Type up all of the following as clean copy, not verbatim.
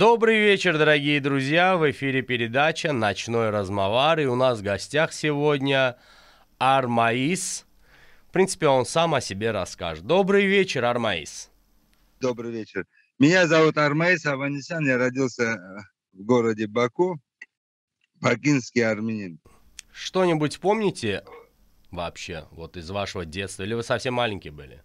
Добрый вечер, дорогие друзья! В эфире передача «Ночной размовар», и у нас в гостях сегодня Армаис. В принципе, он сам о себе расскажет. Добрый вечер, Армаис. Добрый вечер. Меня зовут Армаис Аванесян, я родился в городе Баку, бакинский армянин. Что-нибудь помните вообще вот из вашего детства, или вы совсем маленькие были?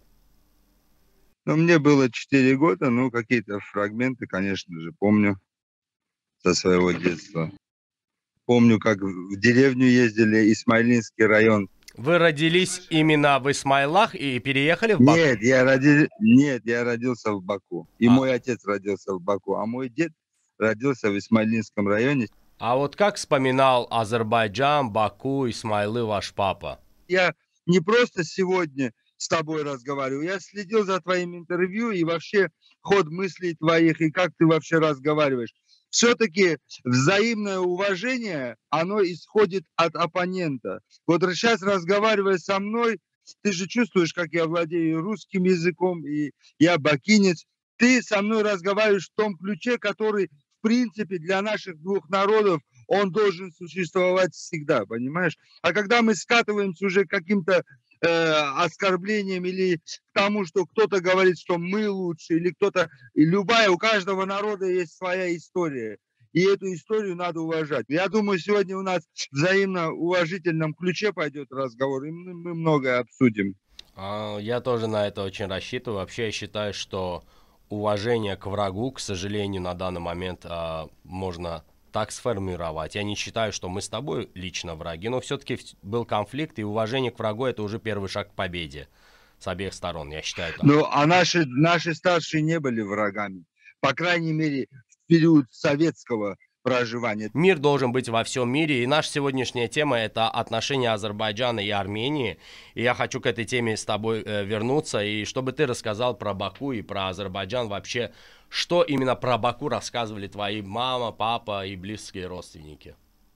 Но мне было 4 года, какие-то фрагменты, конечно же, помню со своего детства. Помню, как в деревню ездили, Исмаилинский район. Вы родились именно в Исмаилах и переехали в Баку? Нет, я родился в Баку. И мой отец родился в Баку, а мой дед родился в Исмаилинском районе. А вот как вспоминал Азербайджан, Баку, Исмаилы ваш папа? Я не просто сегодня с тобой разговариваю, я следил за твоим интервью и вообще ход мыслей твоих, и как ты вообще разговариваешь. Все-таки взаимное уважение, оно исходит от оппонента. Вот сейчас, разговаривая со мной, ты же чувствуешь, как я владею русским языком, и я бакинец. Ты со мной разговариваешь в том ключе, который, в принципе, для наших двух народов, он должен существовать всегда, понимаешь? А когда мы скатываемся уже к каким-то оскорблениям или к тому, что кто-то говорит, что мы лучше, или кто-то, и у каждого народа есть своя история. И эту историю надо уважать. Я думаю, сегодня у нас в взаимно уважительном ключе пойдет разговор, и мы многое обсудим. Я тоже на это очень рассчитываю. Вообще, я считаю, что уважение к врагу, к сожалению, на данный момент можно так сформировать. Я не считаю, что мы с тобой лично враги, но все-таки был конфликт, и уважение к врагу — это уже первый шаг к победе с обеих сторон, я считаю так. Ну, а наши старшие не были врагами. По крайней мере, в период советского проживания. Мир должен быть во всем мире, и наша сегодняшняя тема — это отношения Азербайджана и Армении. И я хочу к этой теме с тобой вернуться, и чтобы ты рассказал про Баку и про Азербайджан вообще, что именно про Баку рассказывали твои мама, папа и близкие родственники.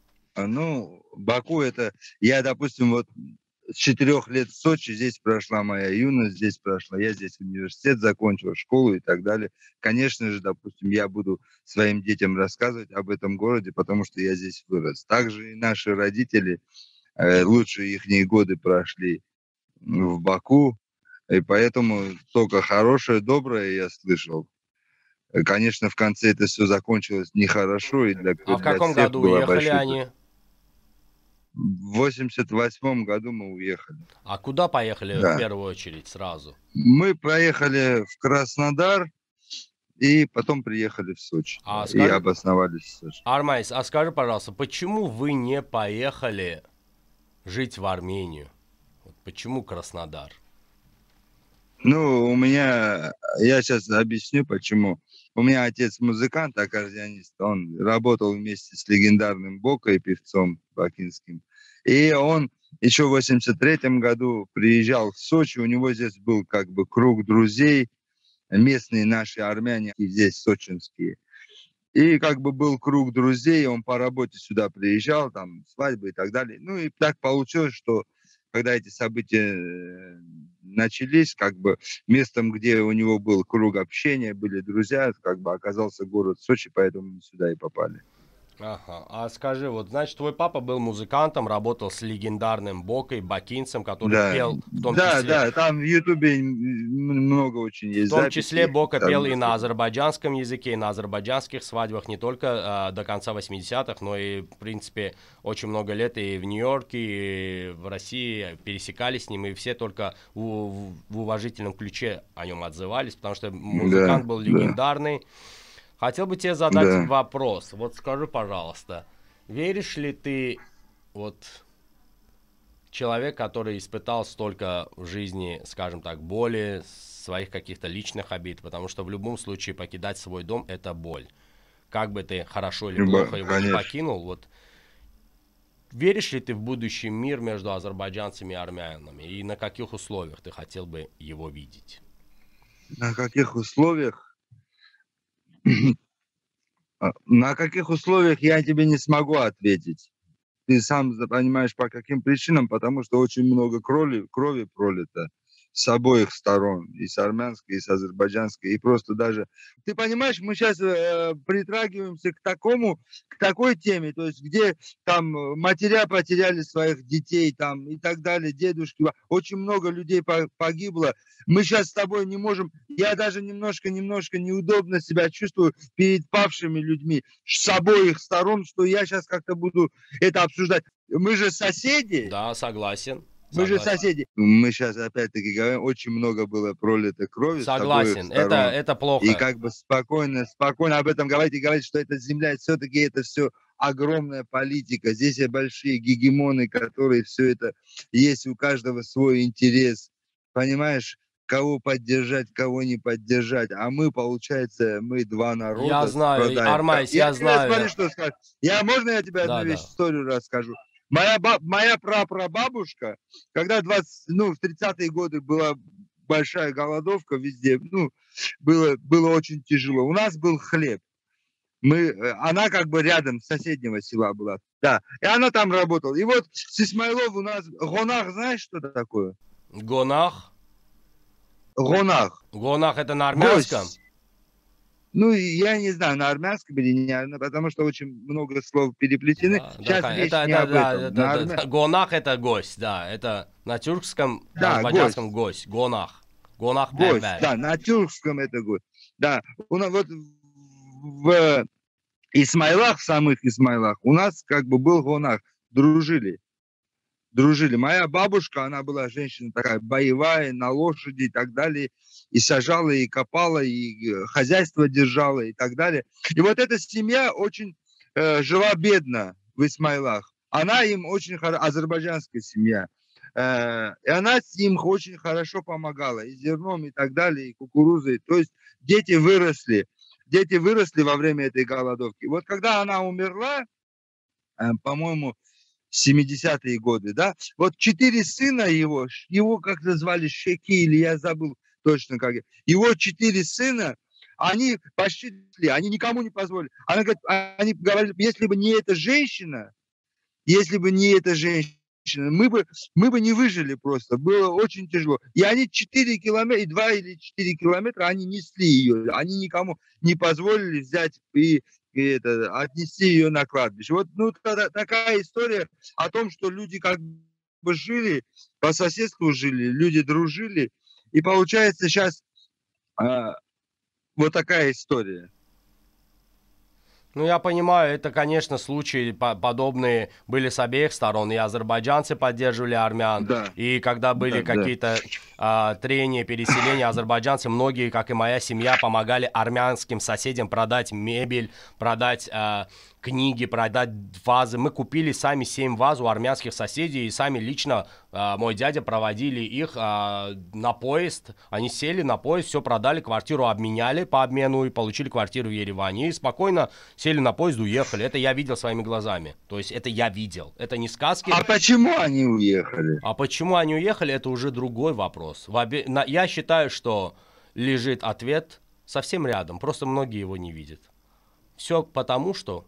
Баку это... Я, допустим, вот с 4 лет в Сочи, здесь прошла моя юность, здесь прошла, я здесь университет закончил, школу и так далее. Конечно же, допустим, я буду своим детям рассказывать об этом городе, потому что я здесь вырос. Также и наши родители лучшие их годы прошли в Баку, и поэтому только хорошее, доброе я слышал. Конечно, в конце это все закончилось нехорошо, и для А в каком всех году было уехали большое... они? В 88 году мы уехали. А куда поехали в Да. первую очередь сразу? Мы поехали в Краснодар и потом приехали в Сочи. И обосновались в Сочи. Армаис, а скажи, пожалуйста, почему вы не поехали жить в Армению? Почему Краснодар? Я сейчас объясню, почему. У меня отец музыкант, аккордеонист. Он работал вместе с легендарным Бокой, певцом бакинским. И он еще в 83-м году приезжал в Сочи. У него здесь был как бы круг друзей, местные наши армяне здесь сочинские. И как бы был круг друзей, он по работе сюда приезжал, там свадьбы и так далее. И так получилось, что когда эти события начались, как бы местом, где у него был круг общения, были друзья, как бы оказался город Сочи, поэтому мы сюда и попали. Ага. А скажи, вот, значит, твой папа был музыкантом, работал с легендарным Бокой, бакинцем, который пел в том числе... Да, там в Ютубе много очень есть записей. В том записей, числе Бока пел и на азербайджанском языке, и на азербайджанских свадьбах, не только до конца 80-х, но и, в принципе, очень много лет и в Нью-Йорке, и в России пересекались с ним, и все только в уважительном ключе о нем отзывались, потому что музыкант был легендарный. Хотел бы тебе задать вопрос. Вот скажи, пожалуйста, веришь ли ты, человек, который испытал столько в жизни, скажем так, боли, своих каких-то личных обид, потому что в любом случае покидать свой дом — это боль. Как бы ты хорошо или плохо его не покинул, веришь ли ты в будущий мир между азербайджанцами и армянами? И на каких условиях ты хотел бы его видеть? На каких условиях? На каких условиях я тебе не смогу ответить. Ты сам понимаешь, по каким причинам, потому что очень много крови пролито. с обоих сторон, и с армянской, и с азербайджанской, и просто даже... Ты понимаешь, мы сейчас притрагиваемся к такой теме, то есть где там матеря потеряли своих детей там и так далее, дедушки, очень много людей погибло. Мы сейчас с тобой не можем, я даже немножко неудобно себя чувствую перед павшими людьми с обоих сторон, что я сейчас как-то буду это обсуждать. Мы же соседи. Да, согласен. Мы же соседи. Мы сейчас опять-таки говорим, очень много было пролито крови. Согласен, это плохо. И как бы спокойно об этом говорить и говорить, что эта земля, все-таки это все огромная политика. Здесь большие гегемоны, которые все это, есть у каждого свой интерес. Понимаешь? Кого поддержать, кого не поддержать. А мы, получается, мы два народа. Я знаю, страдаем. Армайс, я знаю. Смотри, что скажу. Можно я тебе одну вещь, историю расскажу? Моя прапрабабушка, когда в 30-е годы была большая голодовка везде, было очень тяжело. У нас был хлеб. Она как бы рядом с соседнего села была. Да, и она там работала. И вот с Исмаилов у нас... Гонах, знаешь, что это такое? Гонах? Гонах. Гонах это на армянском? Гость. Я не знаю, на армянском или не, потому что очень много слов переплетены. Да, сейчас да, речь не об этом. Гонах это гость, да. Это на тюркском, да, на азербайджанском гость. Гонах. Гонах гость, да, на тюркском это гость. Да, вот в Исмаилах, в самых Исмаилах, у нас как бы был гонах, дружили. Моя бабушка, она была женщина такая боевая, на лошади и так далее, и сажала, и копала, и хозяйство держала, и так далее. И вот эта семья очень жила бедно в Исмаилах. Она им очень азербайджанская семья. И она им очень хорошо помогала, и зерном, и так далее, и кукурузой. То есть дети выросли во время этой голодовки. Вот когда она умерла, по-моему, 70-е годы, да, вот 4 сына его как-то звали Шеки, или я забыл точно как. Его 4 сына, они почти, они никому не позволили. Они говорили, если бы не эта женщина, мы бы не выжили просто, было очень тяжело. И они 4 километра, 2 или 4 километра, они несли ее, они никому не позволили взять и отнести ее на кладбище. Вот такая история о том, что люди как бы жили, по соседству жили, люди дружили. И получается сейчас вот такая история. Я понимаю, это, конечно, случаи подобные были с обеих сторон. И азербайджанцы поддерживали армян, да. И когда были какие-то трения, переселения, азербайджанцы, многие, как и моя семья, помогали армянским соседям продать мебель, продать книги, продать вазы. Мы купили сами 7 ваз у армянских соседей, и сами лично мой дядя проводили их на поезд. Они сели на поезд, все продали, квартиру обменяли по обмену и получили квартиру в Ереване. И спокойно сели на поезд, уехали. Это я видел своими глазами. То есть это я видел. Это не сказки. А почему они уехали? А почему они уехали, это уже другой вопрос. Я считаю, что лежит ответ совсем рядом. Просто многие его не видят. Все потому, что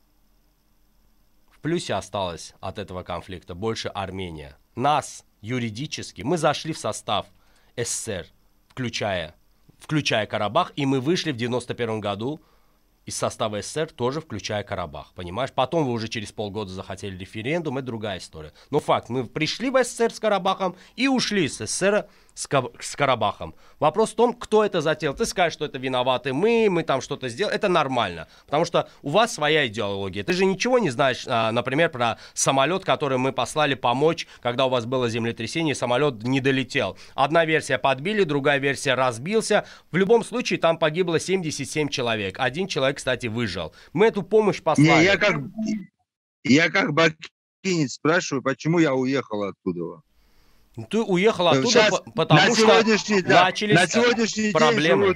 в плюсе осталось от этого конфликта больше Армения. Нас юридически, мы зашли в состав СССР, включая Карабах, и мы вышли в 91 году из состава СССР, тоже включая Карабах, понимаешь? Потом вы уже через полгода захотели референдум, это другая история. Но факт, мы пришли в СССР с Карабахом и ушли с СССР с Карабахом. Вопрос в том, кто это затеял. Ты скажешь, что это виноваты мы там что-то сделали. Это нормально, потому что у вас своя идеология. Ты же ничего не знаешь, например, про самолет, который мы послали помочь, когда у вас было землетрясение, самолет не долетел. Одна версия подбили, другая версия разбился. В любом случае там погибло 77 человек. Один человек, кстати, выжил. Мы эту помощь послали. Я как бакинец спрашиваю, почему я уехал оттуда. Ты уехал оттуда, потому что начались проблемы.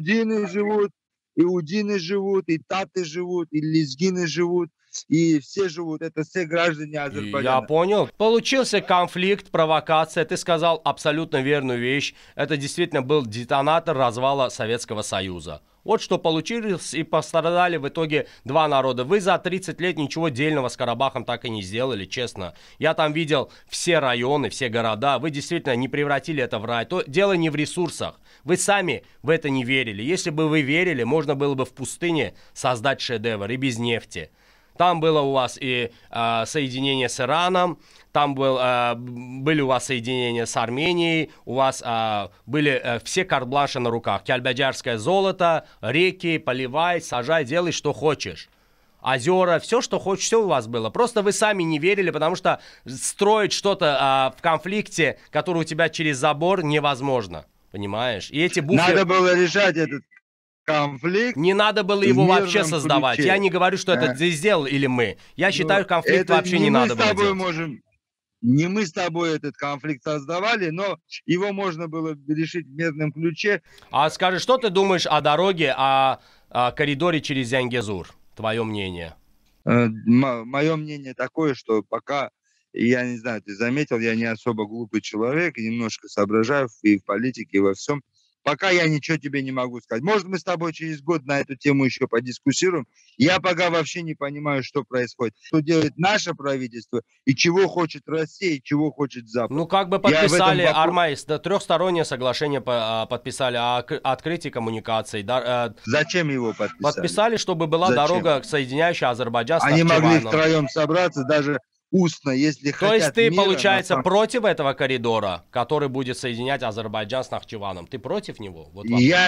Иудины живут, и таты живут, и лезгины живут, и все живут. Это все граждане Азербайджана. Я понял. Получился конфликт, провокация. Ты сказал абсолютно верную вещь. Это действительно был детонатор развала Советского Союза. Вот что получилось, и пострадали в итоге два народа. Вы за 30 лет ничего дельного с Карабахом так и не сделали, честно. Я там видел все районы, все города. Вы действительно не превратили это в рай. Дело не в ресурсах. Вы сами в это не верили. Если бы вы верили, можно было бы в пустыне создать шедевр и без нефти. Там было у вас и соединение с Ираном, там были у вас соединения с Арменией, у вас были все карт-бланши на руках. Кельбаджарское золото, реки, поливай, сажай, делай, что хочешь. Озера, все, что хочешь, все у вас было. Просто вы сами не верили, потому что строить что-то в конфликте, который у тебя через забор, невозможно. Понимаешь? И эти буферы... Надо было решать этот конфликт. Не надо было его вообще создавать. Ключе. Я не говорю, что это сделал или мы. Я считаю, конфликт вообще не надо было делать. Не мы с тобой этот конфликт создавали, но его можно было решить в мирном ключе. А скажи, что ты думаешь о дороге, о коридоре через Зангезур? Твое мнение? Мое мнение такое, что пока, я не знаю, ты заметил, я не особо глупый человек, немножко соображаю и в политике, и во всем. Пока я ничего тебе не могу сказать. Может, мы с тобой через год на эту тему еще подискуссируем. Я пока вообще не понимаю, что происходит. Что делает наше правительство, и чего хочет Россия, и чего хочет Запад. Ну, как бы подписали, Армайс, трехстороннее соглашение подписали о открытии коммуникаций. Зачем его подписали? Подписали, чтобы была дорога, соединяющая Азербайджан с Нахчеваном. Они могли втроем собраться, даже устно, если хотят. То есть ты, мира, получается, против этого коридора, который будет соединять Азербайджан с Нахчеваном? Ты против него? Вот я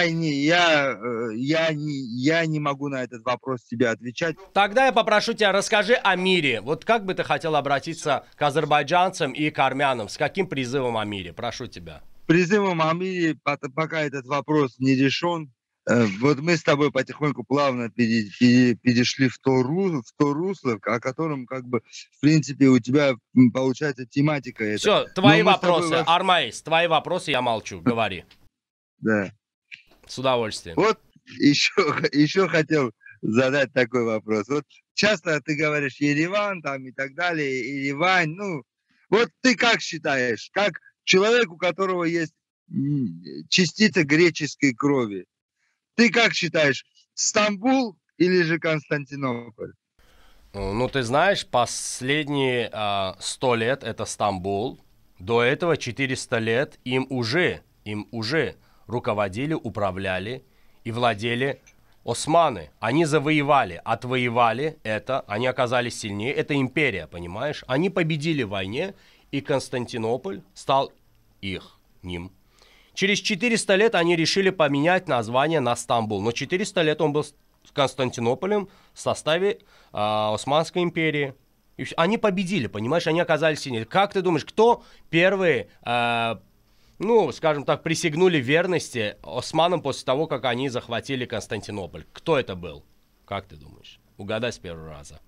не могу на этот вопрос тебе отвечать. Тогда я попрошу тебя, расскажи о мире. Вот как бы ты хотел обратиться к азербайджанцам и к армянам? С каким призывом о мире? Прошу тебя. Призывом о мире, пока этот вопрос не решен. Вот мы с тобой потихоньку плавно перешли в то русло, о котором, как бы, в принципе, у тебя получается тематика. Все, твои вопросы, Армайс, твои вопросы, я молчу, говори. Да. С удовольствием. Вот еще хотел задать такой вопрос. Вот часто ты говоришь Ереван там и так далее, Еревань, ну, вот ты как считаешь, как человек, у которого есть частица греческой крови, ты как считаешь, Стамбул или же Константинополь? Ну, ты знаешь, последние 100 лет это Стамбул. До этого 400 лет им уже руководили, управляли и владели османы. Они завоевали, отвоевали это, они оказались сильнее. Это империя, понимаешь? Они победили в войне, и Константинополь стал ним. Через 400 лет они решили поменять название на Стамбул. Но 400 лет он был Константинополем в составе Османской империи. И они победили, понимаешь, они оказались сильнее. Как ты думаешь, кто первые, скажем так, присягнули верности османам после того, как они захватили Константинополь? Кто это был? Как ты думаешь? Угадай с первого раза.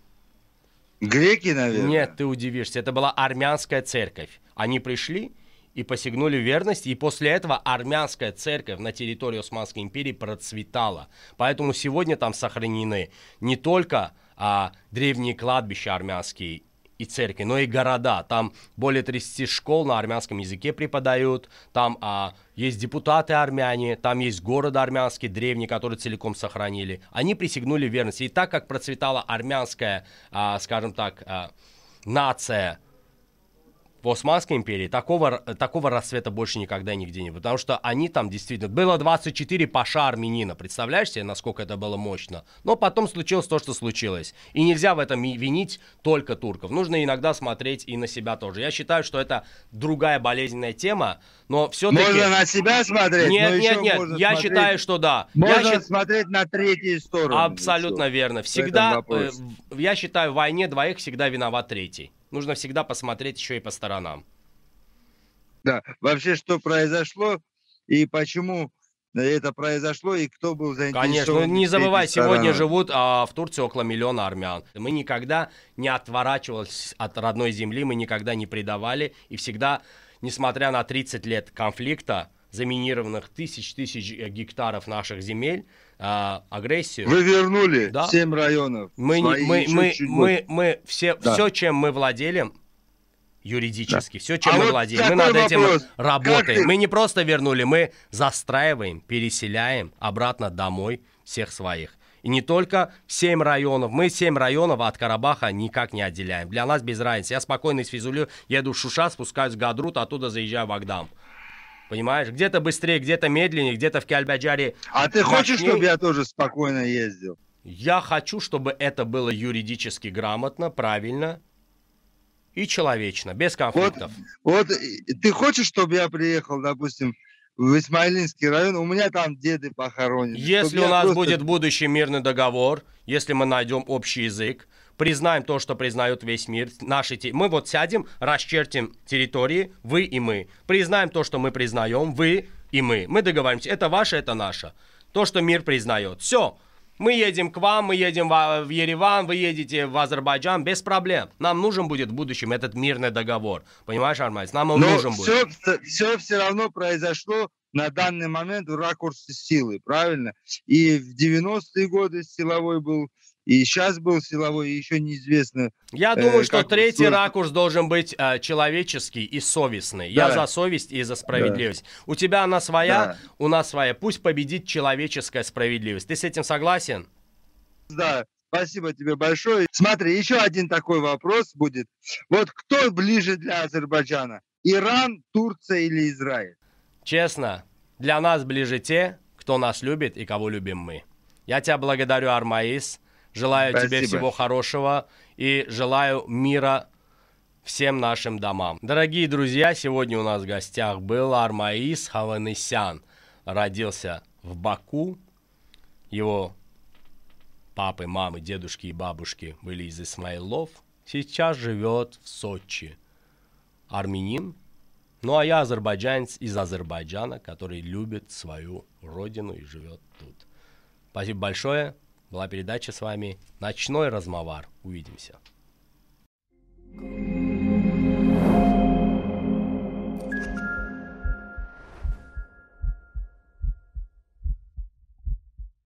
Греки, наверное? Нет, ты удивишься. Это была армянская церковь. Они пришли и посягнули верность, и после этого армянская церковь на территории Османской империи процветала. Поэтому сегодня там сохранены не только древние кладбища армянские и церкви, но и города. Там более 30 школ на армянском языке преподают, там есть депутаты армяне, там есть город армянский, древний, который целиком сохранили. Они присягнули верности. И так как процветала армянская, скажем так, нация в Османской империи, такого расцвета больше никогда нигде не было. Потому что они там действительно... Было 24 паша армянина. Представляешь себе, насколько это было мощно? Но потом случилось то, что случилось. И нельзя в этом винить только турков. Нужно иногда смотреть и на себя тоже. Я считаю, что это другая болезненная тема, но все-таки... Можно на себя смотреть? Нет. Я считаю, что да. Можно смотреть на третью сторону. Абсолютно верно. Всегда, я считаю, в войне двоих всегда виноват третий. Нужно всегда посмотреть еще и по сторонам. Да, вообще, что произошло и почему это произошло, и кто был заинтересован. Конечно, не забывай, сегодня живут в Турции около 1 миллиона армян. Мы никогда не отворачивались от родной земли, мы никогда не предавали, и всегда, несмотря на 30 лет конфликта, заминированных тысяч гектаров наших земель, агрессию. Вы вернули, да? 7 районов. Все, чем мы владели, юридически. Все, чем А мы вот владеем. Мы такой над этим вопрос. работаем. Мы не просто вернули, мы застраиваем, переселяем обратно домой всех своих. И не только в 7 районов. Мы 7 районов от Карабаха никак не отделяем. Для нас без разницы. Я спокойно из Физулю еду в Шуша, спускаюсь в Гадрут, оттуда заезжаю в Агдам. Понимаешь? Где-то быстрее, где-то медленнее, где-то в Кельбаджаре. А ты хочешь, чтобы я тоже спокойно ездил? Я хочу, чтобы это было юридически грамотно, правильно и человечно, без конфликтов. Вот ты хочешь, чтобы я приехал, допустим, в Исмаилинский район, у меня там деды похоронены. Если у нас будет будущий мирный договор, если мы найдем общий язык, признаем то, что признает весь мир, мы вот сядем, расчертим территории, вы и мы. Признаем то, что мы признаем, вы и мы. Мы договоримся, это ваше, это наше. То, что мир признает. Все. Мы едем к вам, мы едем в Ереван, вы едете в Азербайджан, без проблем. Нам нужен будет в будущем этот мирный договор. Понимаешь, Армайс? Нам он нужен будет. Все равно произошло на данный момент в ракурсе силы, правильно? И в 90-е годы силовой был, и сейчас был силовой, и еще неизвестно. Я думаю, что третий ракурс должен быть человеческий и совестный. Да. Я за совесть и за справедливость. Да. У тебя она своя, у нас своя. Пусть победит человеческая справедливость. Ты с этим согласен? Да, спасибо тебе большое. Смотри, еще один такой вопрос будет. Вот кто ближе для Азербайджана? Иран, Турция или Израиль? Честно, для нас ближе те, кто нас любит и кого любим мы. Я тебя благодарю, Армаис. Желаю тебе всего хорошего и желаю мира всем нашим домам. Дорогие друзья, сегодня у нас в гостях был Армаис Хованесян. Родился в Баку. Его папы, мамы, дедушки и бабушки были из Исмаилов. Сейчас живет в Сочи. Армянин. Ну а я азербайджанец из Азербайджана, который любит свою родину и живет тут. Спасибо большое. Была передача с вами «Ночной размовар». Увидимся.